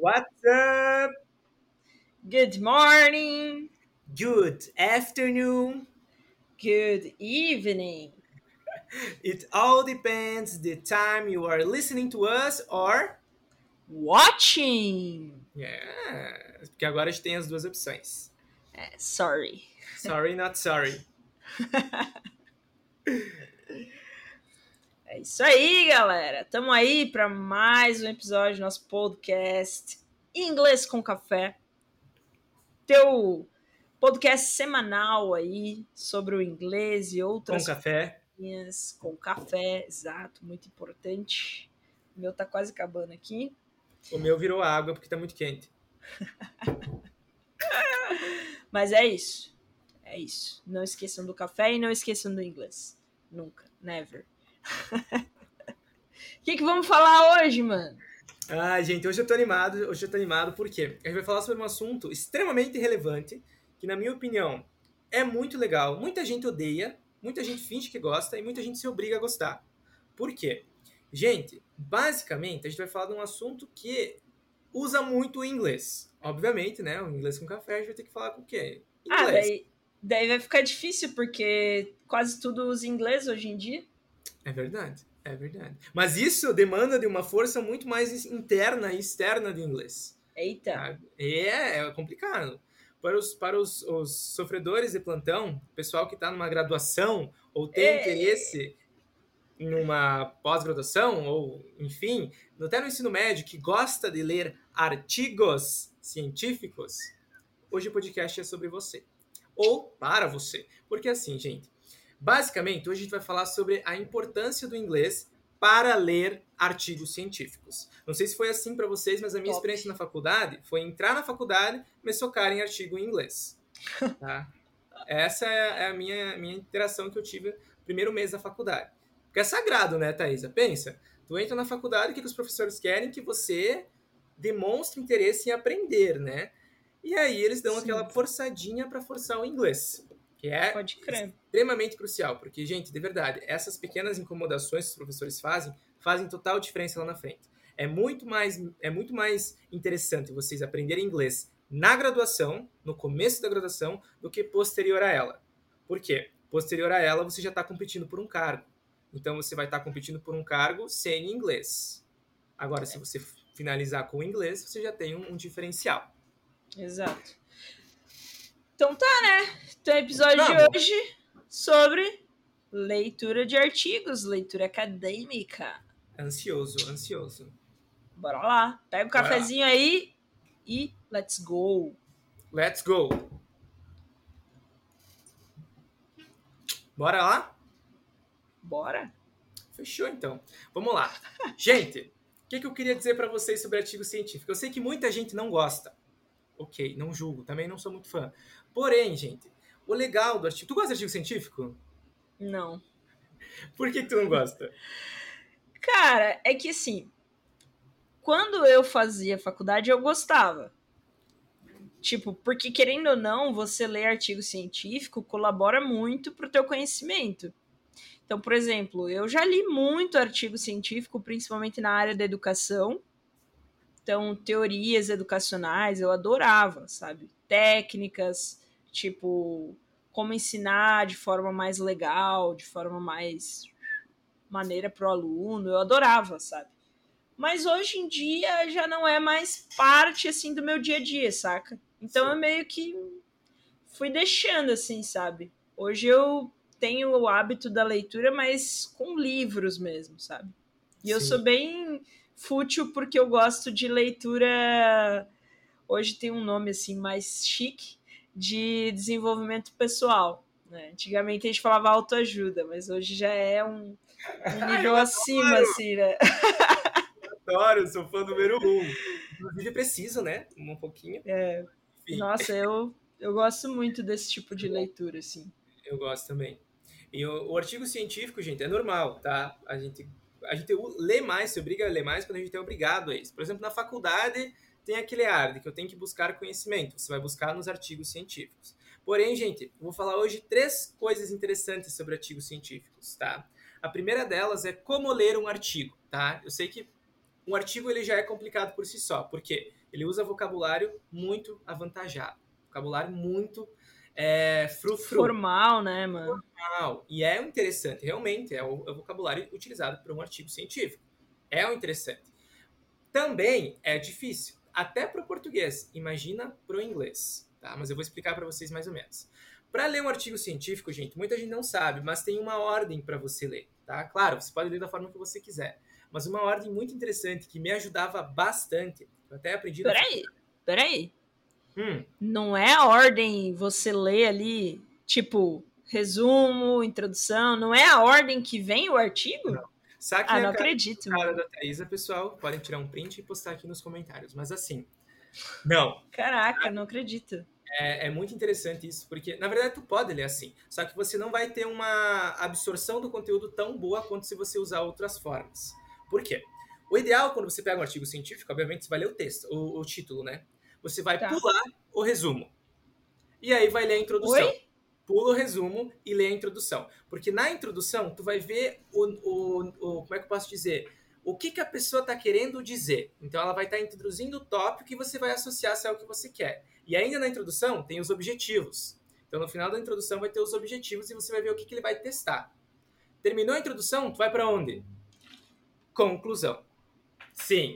What's up? Good morning. Good afternoon. Good evening. It all depends the time you are listening to us or... Watching. Porque agora a gente tem as duas opções. Sorry. Sorry, not sorry. É isso aí, galera. Tamo aí para mais um episódio do nosso podcast Inglês com Café. Teu podcast semanal aí sobre o inglês e outras Com café. coisinhas com café, exato, muito importante. O meu tá quase acabando aqui. O meu virou água porque tá muito quente. Mas é isso. É isso. Não esqueçam do café e não esqueçam do inglês. Nunca. Never. O que vamos falar hoje, mano? Gente, hoje eu tô animado. Por quê? A gente vai falar sobre um assunto extremamente relevante, que na minha opinião é muito legal. Muita gente odeia, muita gente finge que gosta e muita gente se obriga a gostar. Por quê? Gente, basicamente a gente vai falar de um assunto que usa muito o inglês. Obviamente, né? O inglês com café a gente vai ter que falar com o quê? Inglês. Daí vai ficar difícil, porque quase tudo usa inglês hoje em dia. É verdade, é verdade. Mas isso demanda de uma força muito mais interna e externa do inglês. Eita. Sabe? É complicado. Para os sofredores de plantão, pessoal que está numa graduação ou tem interesse em uma pós-graduação, ou enfim, até no ensino médio, que gosta de ler artigos científicos, hoje o podcast é sobre você. Ou para você. Porque assim, gente, basicamente, hoje a gente vai falar sobre a importância do inglês para ler artigos científicos. Não sei se foi assim para vocês, mas a minha experiência na faculdade foi entrar na faculdade e me socar em artigo em inglês. Tá? Essa é a minha interação que eu tive no primeiro mês da faculdade. Porque é sagrado, né, Thaisa? Pensa, tu entra na faculdade, o que os professores querem? Que você demonstre interesse em aprender, né? E aí eles dão aquela forçadinha para forçar o inglês, que é extremamente crucial, porque, gente, de verdade, essas pequenas incomodações que os professores fazem total diferença lá na frente. É muito mais interessante vocês aprenderem inglês na graduação, no começo da graduação, do que posterior a ela. Por quê? Posterior a ela, você já está competindo por um cargo. Então, você vai estar competindo por um cargo sem inglês. Agora, se você finalizar com o inglês, você já tem um diferencial. Exato. Então tá, né? Então, o episódio de hoje sobre leitura de artigos, leitura acadêmica. Ansioso. Bora lá. Pega o cafezinho aí e let's go. Let's go. Bora lá? Bora. Fechou, então. Vamos lá. Gente, o que eu queria dizer para vocês sobre artigo científico? Eu sei que muita gente não gosta. Ok, não julgo. Também não sou muito fã. Porém, gente, o legal do artigo... Tu gosta de artigo científico? Não. Por que tu não gosta? Cara, é que assim, quando eu fazia faculdade, eu gostava. Tipo, porque querendo ou não, você ler artigo científico colabora muito pro teu conhecimento. Então, por exemplo, eu já li muito artigo científico, principalmente na área da educação. Então, teorias educacionais, eu adorava, sabe? Técnicas, tipo, como ensinar de forma mais legal, de forma mais maneira pro aluno, eu adorava, sabe? Mas hoje em dia já não é mais parte, assim, do meu dia a dia, saca? Então Sim. Eu meio que fui deixando, assim, sabe? Hoje eu tenho o hábito da leitura, mas com livros mesmo, sabe? E Sim. Eu sou bem fútil porque eu gosto de leitura... Hoje tem um nome, assim, mais chique, de desenvolvimento pessoal. Né? Antigamente a gente falava autoajuda, mas hoje já é um nível acima, assim, né? Adoro, sou fã número 1. Inclusive, preciso, né? Um pouquinho. Enfim. Nossa, eu gosto muito desse tipo de leitura, assim. Eu gosto também. E o artigo científico, gente, é normal, tá? A gente lê mais, se obriga a ler mais quando a gente é obrigado a isso. Por exemplo, na faculdade tem aquele ar de que eu tenho que buscar conhecimento. Você vai buscar nos artigos científicos. Porém, gente, eu vou falar hoje 3 coisas interessantes sobre artigos científicos, tá? A primeira delas é como ler um artigo, tá? Eu sei que um artigo ele já é complicado por si só, porque ele usa vocabulário muito avantajado, vocabulário muito frufru. Formal, né, mano? Formal. E é interessante, realmente, é o vocabulário utilizado para um artigo científico. É o interessante. Também é difícil, até para o português. Imagina para o inglês, tá? Mas eu vou explicar para vocês mais ou menos. Para ler um artigo científico, gente, muita gente não sabe, mas tem uma ordem para você ler, tá? Claro, você pode ler da forma que você quiser, mas uma ordem muito interessante que me ajudava bastante. Eu até aprendi na Peraí. Não é a ordem você lê ali, tipo, resumo, introdução, não é a ordem que vem o artigo? Não. Saquem Não a acredito, cara mano. da Thaisa, pessoal. Podem tirar um print e postar aqui nos comentários. Mas assim, não. Caraca, não acredito. É muito interessante isso, porque, na verdade, tu pode ler assim, só que você não vai ter uma absorção do conteúdo tão boa quanto se você usar outras formas. Por quê? O ideal, quando você pega um artigo científico, obviamente, você vai ler o texto, o título, né? Você vai pular o resumo. E aí vai ler a introdução. Oi? Pula o resumo e lê a introdução. Porque na introdução, tu vai ver como é que eu posso dizer? O que a pessoa está querendo dizer. Então, ela vai estar introduzindo o tópico e você vai associar se é o que você quer. E ainda na introdução, tem os objetivos. Então, no final da introdução, vai ter os objetivos e você vai ver o que ele vai testar. Terminou a introdução, tu vai para onde? Conclusão. Sim.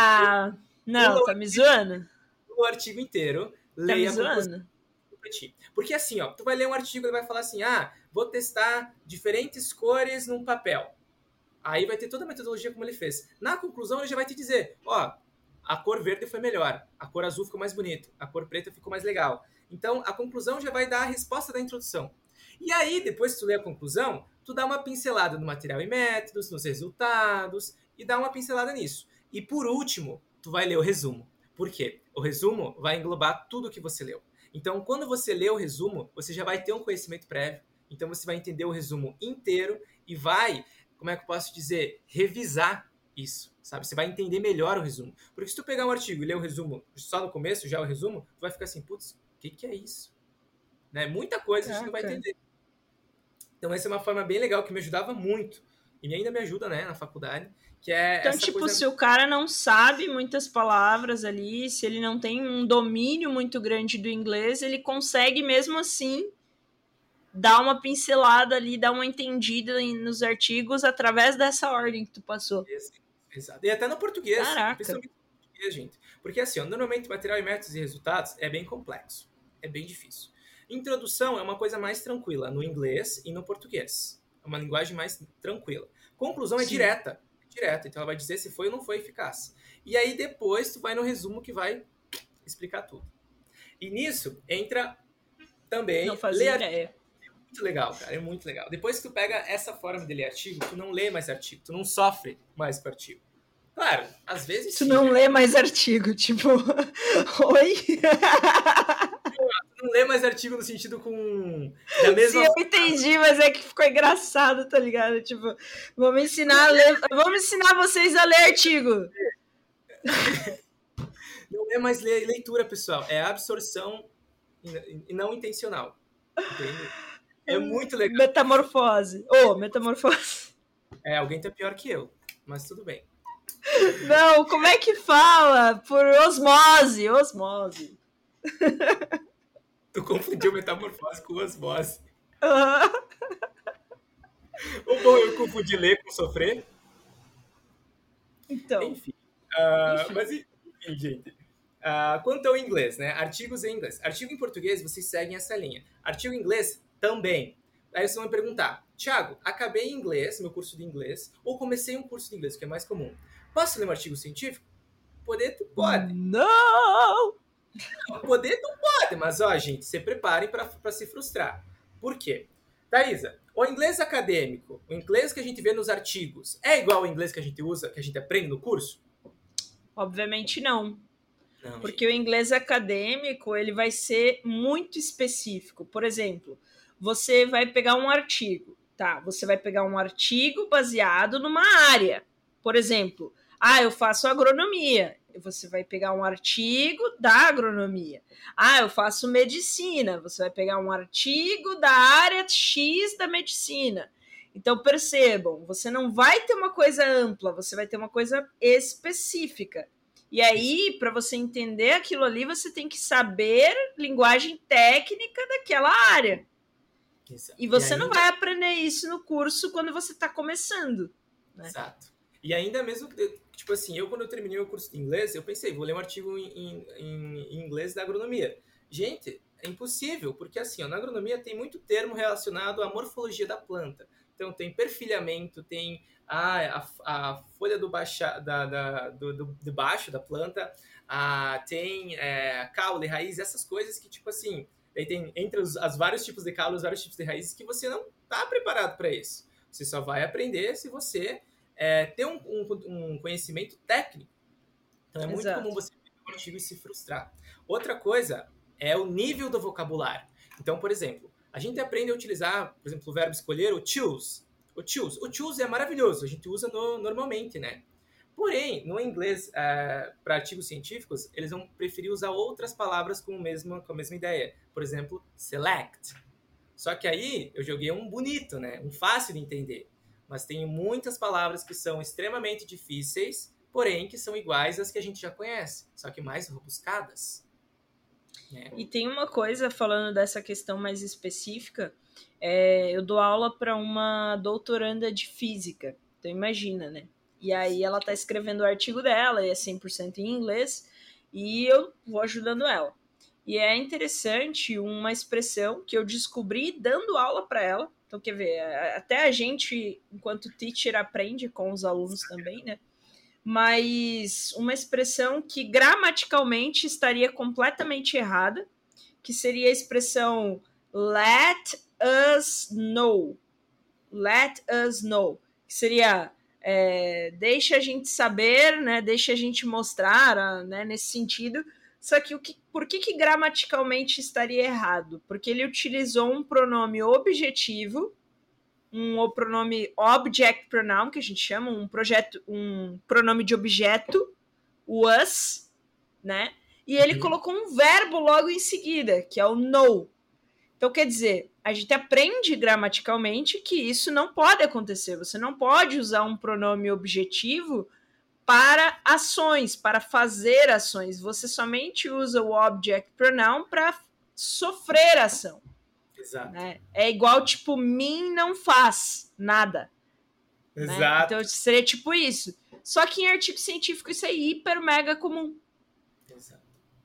Não, tá me zoando? O artigo inteiro, leia a conclusão. Porque assim, ó, tu vai ler um artigo e vai falar assim, vou testar diferentes cores num papel. Aí vai ter toda a metodologia como ele fez. Na conclusão, ele já vai te dizer, a cor verde foi melhor, a cor azul ficou mais bonito, a cor preta ficou mais legal. Então, a conclusão já vai dar a resposta da introdução. E aí, depois que tu lê a conclusão, tu dá uma pincelada no material e métodos, nos resultados, e dá uma pincelada nisso. E por último, tu vai ler o resumo. Por quê? O resumo vai englobar tudo o que você leu. Então, quando você lê o resumo, você já vai ter um conhecimento prévio. Então, você vai entender o resumo inteiro e vai, como é que eu posso dizer, revisar isso, sabe? Você vai entender melhor o resumo. Porque se tu pegar um artigo e ler o resumo só no começo, já o resumo, tu vai ficar assim, putz, o que é isso? Né? Muita coisa a gente não vai entender. Então, essa é uma forma bem legal que me ajudava muito. E ainda me ajuda, né, na faculdade. Que é então, tipo, coisa... se o cara não sabe muitas palavras ali, se ele não tem um domínio muito grande do inglês, ele consegue mesmo assim dar uma pincelada ali, dar uma entendida nos artigos através dessa ordem que tu passou. Exato. E até no português. Caraca. Principalmente no português, gente. Porque assim, normalmente material e métodos e resultados é bem complexo. É bem difícil. Introdução é uma coisa mais tranquila no inglês e no português. É uma linguagem mais tranquila. Conclusão é direta. Então ela vai dizer se foi ou não foi eficaz. E aí depois tu vai no resumo que vai explicar tudo. E nisso entra também não fazia ideia. É muito legal, cara, é muito legal. Depois que tu pega essa forma de ler artigo, tu não lê mais artigo, tu não sofre mais com artigo. Claro, às vezes tu não lê mais artigo, tipo, oi? Tu não lê mais artigo no sentido com... Da mesma Sim, eu entendi, mas é que ficou engraçado, tá ligado? Tipo, vamos ensinar vocês a ler artigo. Não é mais leitura, pessoal, é absorção e não intencional. Entende? É muito legal. Metamorfose. Metamorfose. Alguém tá pior que eu, mas tudo bem. Não, como é que fala? Por osmose. Osmose. Tu confundiu metamorfose com osmose. Ou bom, eu confundi ler com sofrer. Então. Enfim. Mas enfim, gente. Quanto ao inglês, né? Artigos em inglês. Artigo em português, vocês seguem essa linha. Artigo em inglês, também. Aí vocês vão me perguntar, Thiago, acabei em inglês, meu curso de inglês, ou comecei um curso de inglês, que é mais comum. Posso ler um artigo científico? Poder, tu pode. Não! Poder, tu pode. Mas, gente, se preparem para se frustrar. Por quê? Thaisa, o inglês acadêmico, o inglês que a gente vê nos artigos, é igual ao inglês que a gente usa, que a gente aprende no curso? Obviamente não. Não, porque gente. O inglês acadêmico, ele vai ser muito específico. Por exemplo, você vai pegar um artigo, tá? Você vai pegar um artigo baseado numa área. Por exemplo, eu faço agronomia. Você vai pegar um artigo da agronomia. Eu faço medicina. Você vai pegar um artigo da área X da medicina. Então, percebam, você não vai ter uma coisa ampla, você vai ter uma coisa específica. E aí, para você entender aquilo ali, você tem que saber linguagem técnica daquela área. Exato. E você não vai aprender isso no curso quando você está começando. Né? Exato. E ainda mesmo, tipo assim, quando eu terminei o curso de inglês, eu pensei, vou ler um artigo em inglês da agronomia. Gente, é impossível, porque assim, na agronomia tem muito termo relacionado à morfologia da planta. Então tem perfilhamento, tem a folha de baixo da planta, tem caule, raiz, essas coisas que, tipo assim, aí tem entre os vários tipos de caule, os vários tipos de raízes que você não está preparado para isso. Você só vai aprender se você ter um conhecimento técnico. Então é muito comum você ver um artigo e se frustrar. Outra coisa é o nível do vocabulário. Então, por exemplo, a gente aprende a utilizar, por exemplo, o verbo escolher, o choose. O choose é maravilhoso, a gente usa normalmente, né? Porém, no inglês, para artigos científicos, eles vão preferir usar outras palavras com a mesma ideia. Por exemplo, select. Só que aí eu joguei um bonito, né? Um fácil de entender. Mas tem muitas palavras que são extremamente difíceis, porém que são iguais às que a gente já conhece, só que mais rebuscadas. Né? E tem uma coisa, falando dessa questão mais específica, eu dou aula para uma doutoranda de física, então imagina, né? E aí ela está escrevendo o artigo dela, e é 100% em inglês, e eu vou ajudando ela. E é interessante uma expressão que eu descobri dando aula para ela. Então, quer ver, até a gente, enquanto teacher, aprende com os alunos também, né? Mas uma expressão que gramaticalmente estaria completamente errada, que seria a expressão let us know. Let us know. Que seria deixa a gente saber, né? Deixa a gente mostrar, né? Nesse sentido. Só que por que gramaticalmente estaria errado? Porque ele utilizou um pronome objetivo, um pronome object pronoun, que a gente chama, um pronome de objeto, o us, né? E ele colocou um verbo logo em seguida, que é o know. Então, quer dizer, a gente aprende gramaticalmente que isso não pode acontecer. Você não pode usar um pronome objetivo para ações, para fazer ações. Você somente usa o object pronoun para sofrer ação. Exato. Né? É igual, tipo, mim não faz nada. Exato. Né? Então, seria tipo isso. Só que em artigo científico isso é hiper mega comum. Exato.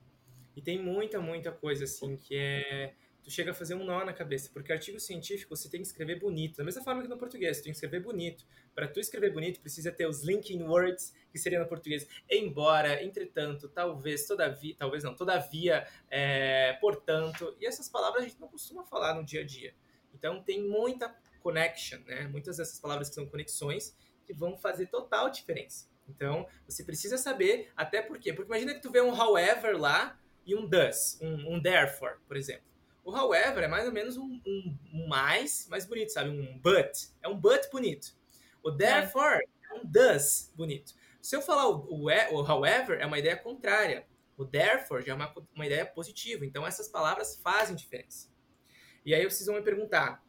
E tem muita coisa, assim, que tu chega a fazer um nó na cabeça, porque artigo científico você tem que escrever bonito, da mesma forma que no português, tu tem que escrever bonito. Para tu escrever bonito, precisa ter os linking words, que seria no português embora, entretanto, talvez, todavia, portanto, e essas palavras a gente não costuma falar no dia a dia. Então tem muita connection, né? Muitas dessas palavras que são conexões que vão fazer total diferença. Então, você precisa saber, até porque imagina que tu vê um however lá e um does, um therefore, por exemplo. O however é mais ou menos um mais bonito, sabe? Um but. É um but bonito. O therefore é um does bonito. Se eu falar o however, é uma ideia contrária. O therefore já é uma ideia positiva. Então, essas palavras fazem diferença. E aí vocês vão me perguntar,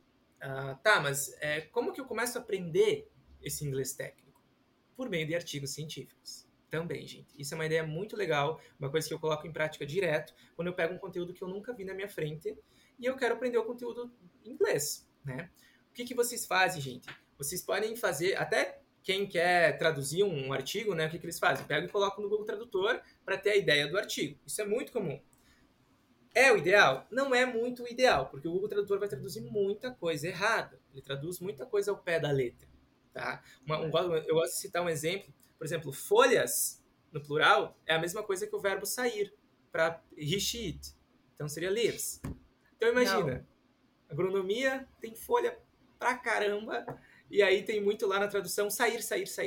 tá, mas como que eu começo a aprender esse inglês técnico? Por meio de artigos científicos. Também, gente. Isso é uma ideia muito legal, uma coisa que eu coloco em prática direto, quando eu pego um conteúdo que eu nunca vi na minha frente e eu quero aprender o conteúdo em inglês, né? O que vocês fazem, gente? Vocês podem fazer, até quem quer traduzir um artigo, né? O que eles fazem? Pega e coloca no Google Tradutor para ter a ideia do artigo. Isso é muito comum. É o ideal? Não é muito o ideal, porque o Google Tradutor vai traduzir muita coisa errada. Ele traduz muita coisa ao pé da letra. Tá? Eu gosto de citar um exemplo. Por exemplo, folhas, no plural, é a mesma coisa que o verbo sair, para he, she, it. Então seria leaves. Então imagina, agronomia tem folha pra caramba, e aí tem muito lá na tradução sair.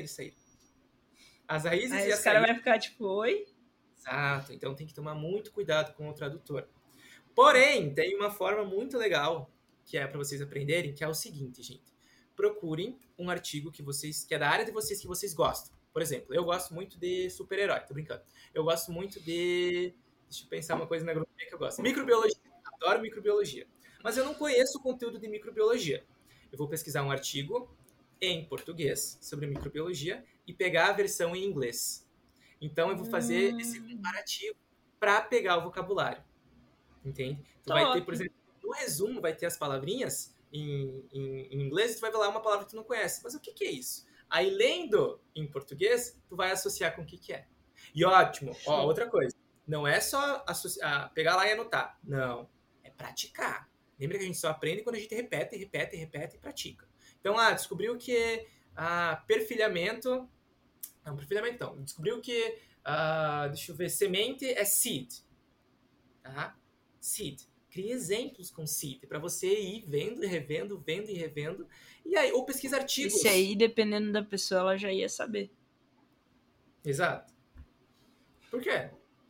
As raízes aí e a os caras vão ficar tipo, oi? Exato, então tem que tomar muito cuidado com o tradutor. Porém, tem uma forma muito legal, que é para vocês aprenderem, que é o seguinte, gente. Procurem um artigo que é da área de vocês que vocês gostam. Por exemplo, eu gosto muito de super-herói, tô brincando. Eu gosto muito de... Deixa eu pensar uma coisa na agronomia que eu gosto. Microbiologia. Adoro microbiologia. Mas eu não conheço o conteúdo de microbiologia. eu vou pesquisar um artigo em português sobre microbiologia e pegar a versão em inglês. Então, eu vou fazer esse comparativo para pegar o vocabulário. Entende? Tu vai ter, por exemplo, no resumo vai ter as palavrinhas em inglês e tu vai ver lá uma palavra que tu não conhece. Mas o que é isso? Aí, lendo em português, tu vai associar com o que é. E ótimo, ó, outra coisa. Não é só pegar lá e anotar. Não, é praticar. Lembra que a gente só aprende quando a gente repete e pratica. Então, descobriu que perfilhamento... Não, perfilhamento não. Descobriu que, deixa eu ver, semente é seed. Tá? Seed. Crie exemplos com seed, para você ir vendo e revendo, vendo e revendo. E aí, ou pesquisa artigos. Esse aí, dependendo da pessoa, ela já ia saber. Exato. Por quê?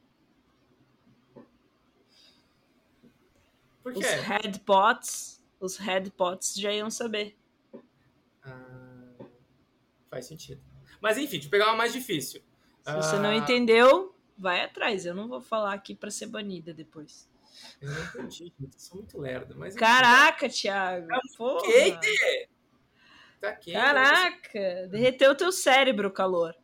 Por quê? Os headpots já iam saber. Faz sentido. Mas enfim, deixa eu pegar uma mais difícil. Se você não entendeu, vai atrás. Eu não vou falar aqui pra ser banida depois. Eu não entendi, gente. Eu sou muito lerdo. Mas caraca, Thiago. Porra. Quente! Tá quente. Caraca, derreteu o teu cérebro, o calor.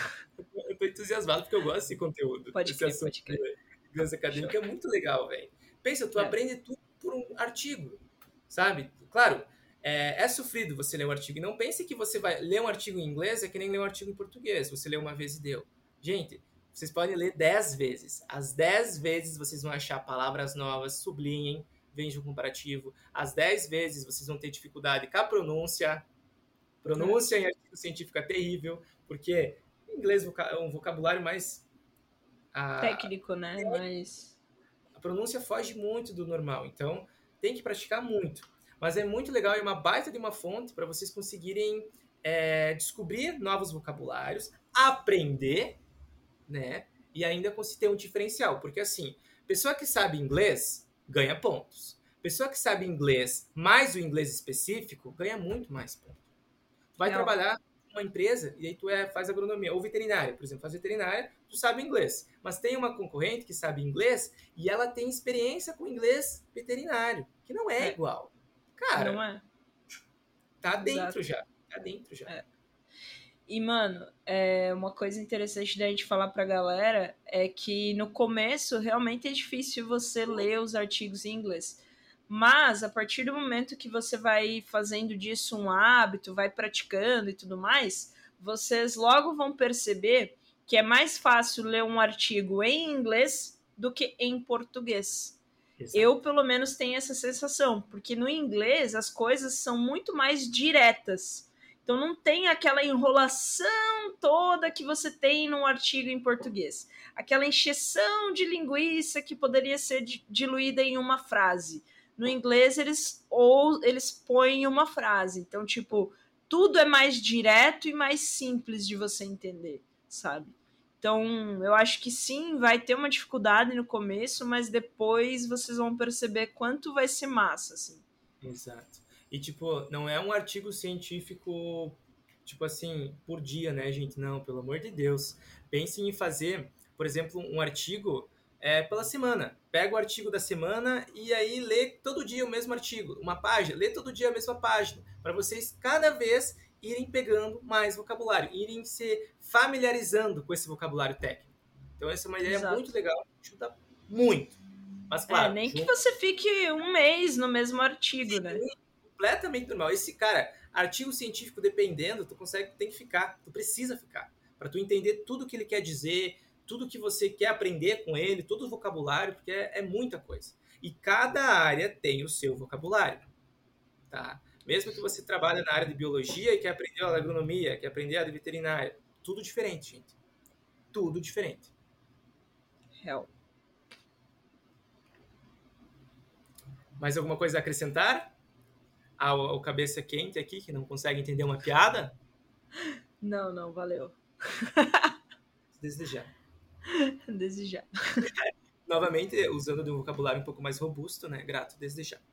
Eu tô entusiasmado porque eu gosto desse conteúdo. Pode crer. Criança acadêmica é muito legal, velho. Pensa, tu aprende tudo por um artigo, sabe? Claro, é sofrido você ler um artigo. E não pense que você vai ler um artigo em inglês é que nem ler um artigo em português. Você lê uma vez e deu. Gente, vocês podem ler 10 vezes. As 10 vezes vocês vão achar palavras novas, sublinhem, vejam o comparativo. As 10 vezes vocês vão ter dificuldade com a pronúncia. Pronúncia em artigo científico é terrível, porque em inglês é um vocabulário mais... técnico, né? Mas... a pronúncia foge muito do normal, então tem que praticar muito. Mas é muito legal e uma baita de uma fonte para vocês conseguirem descobrir novos vocabulários, aprender, né? E ainda conseguir ter um diferencial. Porque assim, pessoa que sabe inglês ganha pontos. Pessoa que sabe inglês mais o inglês específico ganha muito mais pontos. Tu vai trabalhar numa empresa e aí tu faz agronomia ou veterinária, por exemplo, faz veterinária, tu sabe inglês. Mas tem uma concorrente que sabe inglês e ela tem experiência com inglês veterinário, que não é igual. Cara, não é. Tá dentro já. Tá dentro já. E, mano, uma coisa interessante da gente falar pra galera é que no começo realmente é difícil você ler os artigos em inglês. Mas, a partir do momento que você vai fazendo disso um hábito, vai praticando e tudo mais, vocês logo vão perceber que é mais fácil ler um artigo em inglês do que em português. Exato. Eu, pelo menos, tenho essa sensação, porque no inglês as coisas são muito mais diretas. Então não tem aquela enrolação toda que você tem num artigo em português. Aquela encheção de linguiça que poderia ser diluída em uma frase. No inglês eles põem uma frase. Então, tipo, tudo é mais direto e mais simples de você entender, sabe? Então, eu acho que sim, vai ter uma dificuldade no começo, mas depois vocês vão perceber quanto vai ser massa, assim. Exato. E, tipo, não é um artigo científico, tipo assim, por dia, né, gente? Não, pelo amor de Deus. Pensem em fazer, por exemplo, um artigo pela semana. Pega o artigo da semana e aí lê todo dia o mesmo artigo. Uma página, lê todo dia a mesma página. Para vocês, cada vez, irem pegando mais vocabulário. Irem se familiarizando com esse vocabulário técnico. Então, essa é uma ideia muito legal. Ajuda muito. Mas, claro... nem que você fique um mês no mesmo artigo, né? Completamente normal. Esse cara, artigo científico, dependendo, tu tem que ficar, tu precisa ficar, para tu entender tudo que ele quer dizer, tudo que você quer aprender com ele, todo o vocabulário, porque é muita coisa. E cada área tem o seu vocabulário, tá? Mesmo que você trabalhe na área de biologia e quer aprender a agronomia, quer aprender a de veterinária, tudo diferente, gente. Tudo diferente. Real. Mais alguma coisa a acrescentar? Ao cabeça quente aqui, que não consegue entender uma piada? Não, valeu. Desde já. Desde já. Novamente, usando de um vocabulário um pouco mais robusto, né? Grato desde já.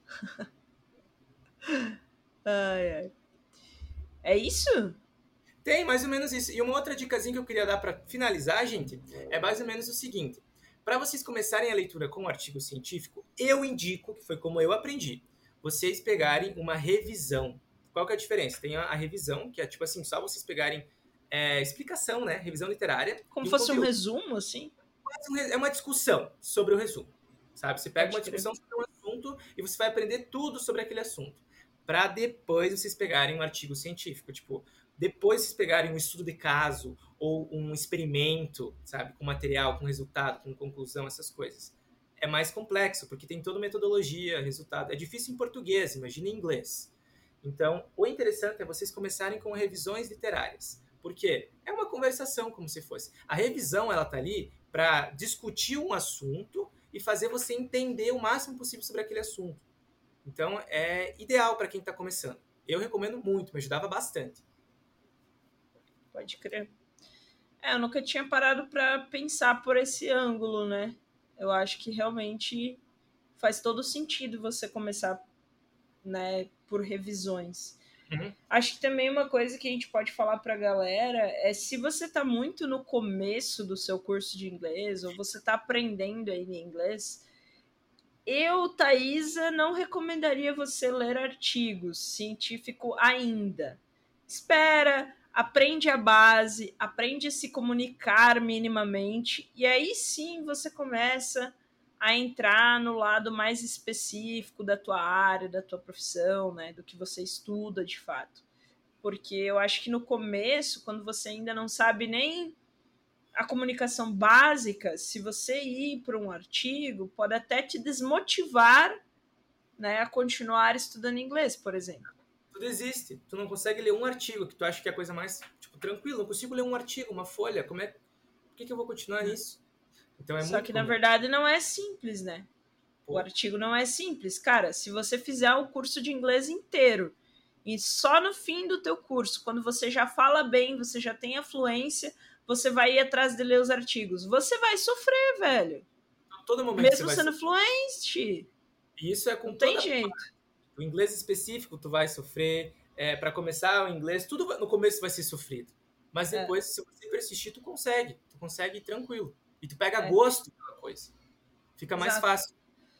Ai. É isso? Tem, mais ou menos isso. E uma outra dicasinha que eu queria dar para finalizar, gente, é mais ou menos o seguinte. Para vocês começarem a leitura com um artigo científico, eu indico, que foi como eu aprendi, vocês pegarem uma revisão. Qual que é a diferença? Tem a revisão, que é tipo assim, só vocês pegarem explicação, né? Revisão literária. Como E um fosse um conteúdo. resumo, assim? É uma discussão sobre o resumo, sabe? Você pega Pode uma crer. discussão sobre um assunto e você vai aprender tudo sobre aquele assunto. Para depois vocês pegarem um artigo científico. Tipo, depois vocês pegarem um estudo de caso ou um experimento, sabe? Com material, com resultado, com conclusão, essas coisas. É mais complexo, porque tem toda metodologia, resultado. É difícil em português, imagina em inglês. Então, o interessante é vocês começarem com revisões literárias. Por quê? É uma conversação, como se fosse. A revisão, ela tá ali para discutir um assunto e fazer você entender o máximo possível sobre aquele assunto. Então, é ideal para quem está começando. Eu recomendo muito, me ajudava bastante. Pode crer. Eu nunca tinha parado para pensar por esse ângulo, né? Eu acho que realmente faz todo sentido você começar, né, por revisões. Uhum. Acho que também uma coisa que a gente pode falar para a galera é se você está muito no começo do seu curso de inglês ou você está aprendendo aí em inglês, eu, Thaisa, não recomendaria você ler artigos científicos ainda. Espera, aprende a base, aprende a se comunicar minimamente, e aí sim você começa a entrar no lado mais específico da tua área, da tua profissão, né, do que você estuda de fato. Porque eu acho que no começo, quando você ainda não sabe nem a comunicação básica, se você ir para um artigo, pode até te desmotivar, né, a continuar estudando inglês, por exemplo. Tu desiste. Tu não consegue ler um artigo que tu acha que é a coisa mais, tipo, tranquilo. Não consigo ler um artigo, uma folha. Por que eu vou continuar nisso? Então é Só muito que, na comum. verdade, não é simples, né? O Pô, artigo não é simples. Cara, se você fizer o curso de inglês inteiro e só no fim do teu curso, quando você já fala bem, você já tem a fluência, você vai ir atrás de ler os artigos. Você vai sofrer, velho. a todo momento você Mesmo vai sendo sofrer. fluente. E isso é Não com tem toda jeito. o inglês específico tu vai sofrer. Para começar o inglês, tudo no começo vai ser sofrido. Mas É, depois, se você persistir, tu consegue. Tu consegue ir tranquilo. E tu pega é, gosto pela coisa. Fica mais exato. fácil.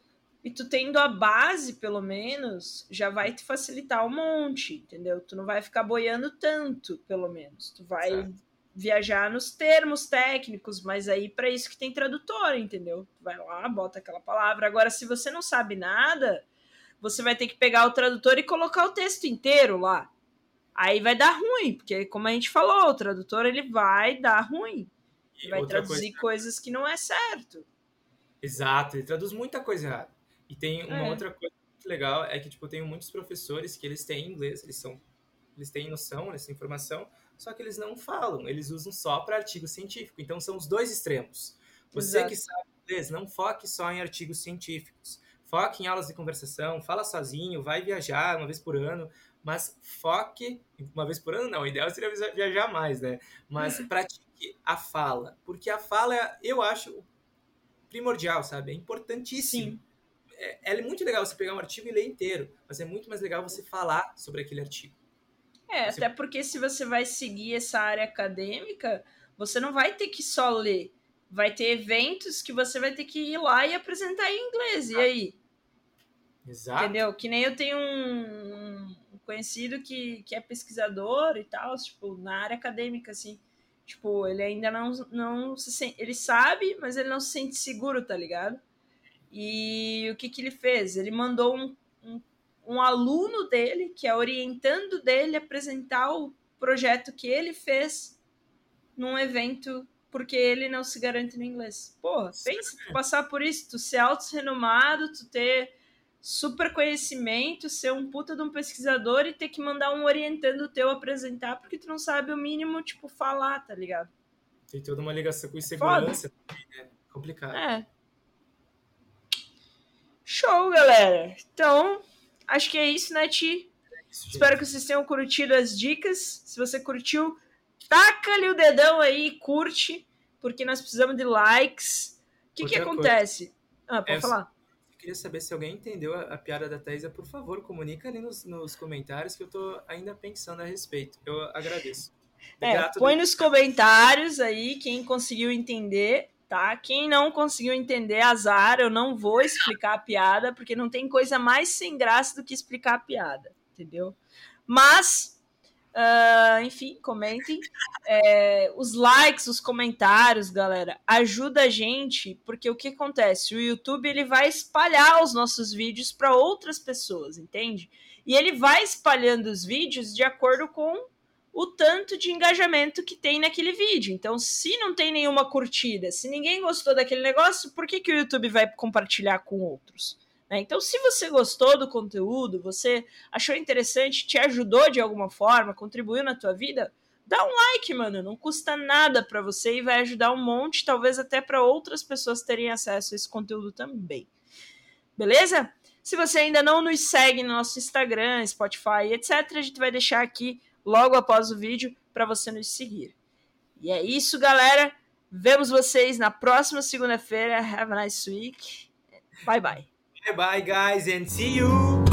E tu tendo a base, pelo menos, já vai te facilitar um monte, entendeu? Tu não vai ficar boiando tanto, pelo menos. Tu vai Certo? viajar nos termos técnicos, mas aí para isso que tem tradutor, entendeu? Tu vai lá, bota aquela palavra. Agora, se você não sabe nada, você vai ter que pegar o tradutor e colocar o texto inteiro lá. Aí vai dar ruim, porque como a gente falou, o tradutor ele vai dar ruim. Ele E vai outra coisa. traduzir coisas que não é certo. Exato, ele traduz muita coisa errada. E tem uma É, outra coisa muito legal, é que, tipo, eu tenho muitos professores que eles têm inglês, eles têm noção, eles têm informação, só que eles não falam, eles usam só para artigo científico. Então são os dois extremos. Você que exato. sabe inglês, não foque só em artigos científicos. Foque em aulas de conversação, fala sozinho, vai viajar uma vez por ano, mas foque, uma vez por ano não, o ideal seria viajar mais, né? Mas pratique a fala, porque a fala, eu acho primordial, sabe? É importantíssimo. Sim. É muito legal você pegar um artigo e ler inteiro, mas é muito mais legal você falar sobre aquele artigo. Até Você, porque se você vai seguir essa área acadêmica, você não vai ter que só ler. Vai ter eventos que você vai ter que ir lá e apresentar em inglês. E aí? exato. Entendeu? Que nem eu tenho um conhecido que é pesquisador e tal, tipo, na área acadêmica, assim. Tipo, ele ainda não se sente. Ele sabe, mas ele não se sente seguro, tá ligado? E o que ele fez? Ele mandou um aluno dele, que é orientando dele, apresentar o projeto que ele fez num evento porque ele não se garante no inglês. Porra, pensa tu passar por isso, tu ser auto-renomado, tu ter super conhecimento, ser um puta de um pesquisador e ter que mandar um orientando teu apresentar porque tu não sabe o mínimo, tipo, falar, tá ligado? Tem toda uma ligação com É foda. insegurança, né? Complicado. É. Show, galera. Então, acho que é isso, né, Ti? Isso, Espero gente. que vocês tenham curtido as dicas. Se você curtiu, taca-lhe o dedão aí e curte, porque nós precisamos de likes. O que Outra coisa, acontece? Ah, eu pode falar. queria saber se alguém entendeu a piada da Thaisa, por favor, comunica ali nos comentários que eu tô ainda pensando a respeito. Eu agradeço. De grato do... Põe nos comentários aí quem conseguiu entender. tá? Quem não conseguiu entender, azar, eu não vou explicar a piada, porque não tem coisa mais sem graça do que explicar a piada, entendeu? Mas, enfim, comentem. Os likes, os comentários, galera, ajuda a gente, porque o que acontece? O YouTube ele vai espalhar os nossos vídeos para outras pessoas, entende? E ele vai espalhando os vídeos de acordo com o tanto de engajamento que tem naquele vídeo. Então, se não tem nenhuma curtida, se ninguém gostou daquele negócio, por que o YouTube vai compartilhar com outros? Então, se você gostou do conteúdo, você achou interessante, te ajudou de alguma forma, contribuiu na tua vida, dá um like, mano. Não custa nada para você e vai ajudar um monte, talvez até para outras pessoas terem acesso a esse conteúdo também. Beleza? Se você ainda não nos segue no nosso Instagram, Spotify, etc., a gente vai deixar aqui logo após o vídeo para você nos seguir. E é isso, galera. Vemos vocês na próxima segunda-feira. Have a nice week. Bye, bye. Bye, bye, guys, and see you!